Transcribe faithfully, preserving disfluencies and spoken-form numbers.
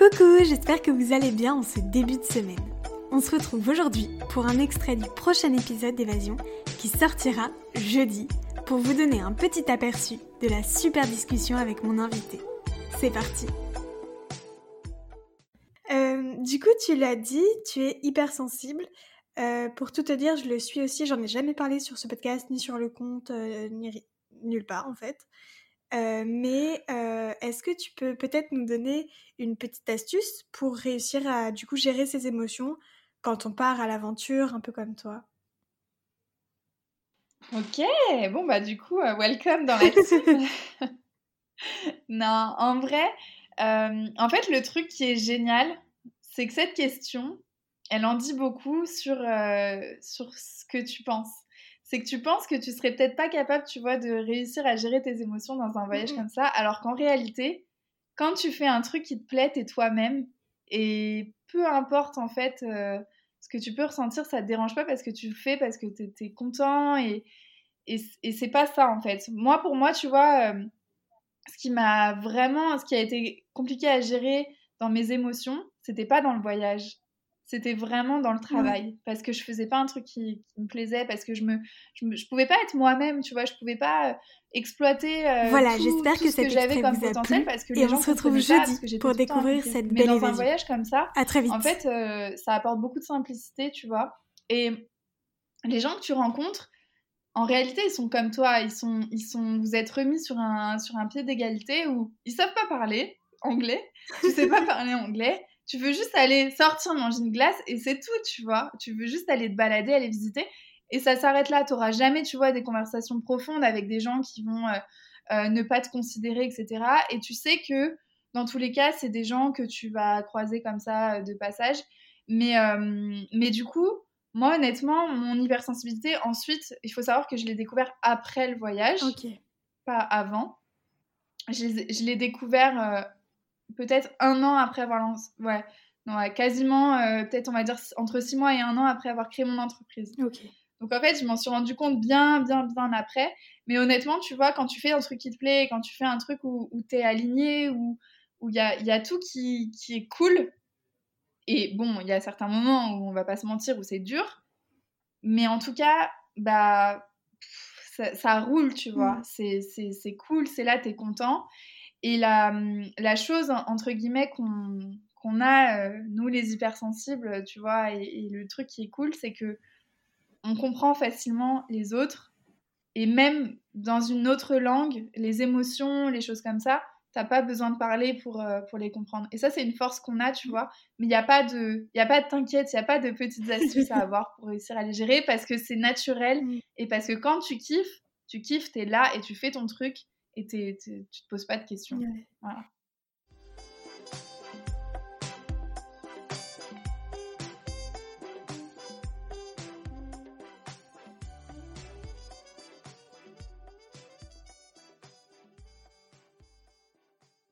Coucou, j'espère que vous allez bien en ce début de semaine. On se retrouve aujourd'hui pour un extrait du prochain épisode d'Évasion qui sortira jeudi pour vous donner un petit aperçu de la super discussion avec mon invité. C'est parti. Euh, du coup, tu l'as dit, tu es hypersensible. Euh, pour tout te dire, je le suis aussi, j'en ai jamais parlé sur ce podcast, ni sur le compte, euh, ni ri- nulle part en fait. Euh, mais euh, est-ce que tu peux peut-être nous donner une petite astuce pour réussir à du coup gérer ses émotions quand on part à l'aventure, un peu comme toi? Ok, bon bah du coup, euh, welcome dans la team. Non, en vrai, euh, en fait le truc qui est génial, c'est que cette question, elle en dit beaucoup sur, euh, sur ce que tu penses. C'est que tu penses que tu serais peut-être pas capable, tu vois, de réussir à gérer tes émotions dans un voyage Mm-mm. comme ça, alors qu'en réalité, quand tu fais un truc qui te plaît, t'es toi-même, et peu importe en fait euh, ce que tu peux ressentir, ça te dérange pas parce que tu le fais, parce que t'es, t'es content, et, et, et c'est pas ça en fait. Moi, pour moi, tu vois, euh, ce qui m'a vraiment, ce qui a été compliqué à gérer dans mes émotions, c'était pas dans le voyage. C'était vraiment dans le Ouais. travail, parce que je faisais pas un truc qui, qui me plaisait, parce que je me, je me, je pouvais pas être moi-même, tu vois, je pouvais pas euh, exploiter euh, Voilà, tout, j'espère tout que ce que cet j'avais extrait comme vous a potentiel, plu parce que et les on gens se retrouve comprenaient pas, parce jeudi que j'étais pour tout le temps découvrir impliquée. cette Mais belle dans un évasion. voyage comme ça, À très en vite. fait, euh, ça apporte beaucoup de simplicité, tu vois. Et les gens que tu rencontres, en réalité, ils sont comme toi, ils sont, ils sont, vous êtes remis sur un, sur un pied d'égalité où ils savent pas parler anglais, tu sais pas parler anglais, tu veux juste aller sortir manger une glace et c'est tout, tu vois. Tu veux juste aller te balader, aller visiter et ça s'arrête là. T'auras jamais, tu vois, des conversations profondes avec des gens qui vont euh, euh, ne pas te considérer, et cetera. Et tu sais que dans tous les cas, c'est des gens que tu vas croiser comme ça euh, de passage. Mais, euh, mais du coup, moi, honnêtement, mon hypersensibilité, ensuite, il faut savoir que je l'ai découvert après le voyage, Ok. pas avant. Je l'ai, je l'ai découvert euh, peut-être un an après avoir lancé. Ouais, non, ouais, quasiment, euh, peut-être, on va dire, entre six mois et un an après avoir créé mon entreprise. Ok. Donc, en fait, je m'en suis rendu compte bien, bien, bien après. Mais honnêtement, tu vois, quand tu fais un truc qui te plaît, quand tu fais un truc où, où t'es aligné, où il y a, y a tout qui, qui est cool, et bon, il y a certains moments où on va pas se mentir, où c'est dur, mais en tout cas, bah, ça, ça roule, tu vois. Mm. C'est, c'est, c'est cool, c'est là, t'es content. Et la, la chose, entre guillemets, qu'on, qu'on a, euh, nous les hypersensibles, tu vois, et, et le truc qui est cool, c'est que on comprend facilement les autres. Et même dans une autre langue, les émotions, les choses comme ça, t'as pas besoin de parler pour, euh, pour les comprendre. Et ça, c'est une force qu'on a, tu vois. Mais il n'y a pas de, y a pas de t'inquiète, il n'y a pas de petites astuces à avoir pour réussir à les gérer parce que c'est naturel Mm. et parce que quand tu kiffes, tu kiffes, t'es là et tu fais ton truc et t'es, t'es, tu te poses pas de questions. Ouais. Voilà.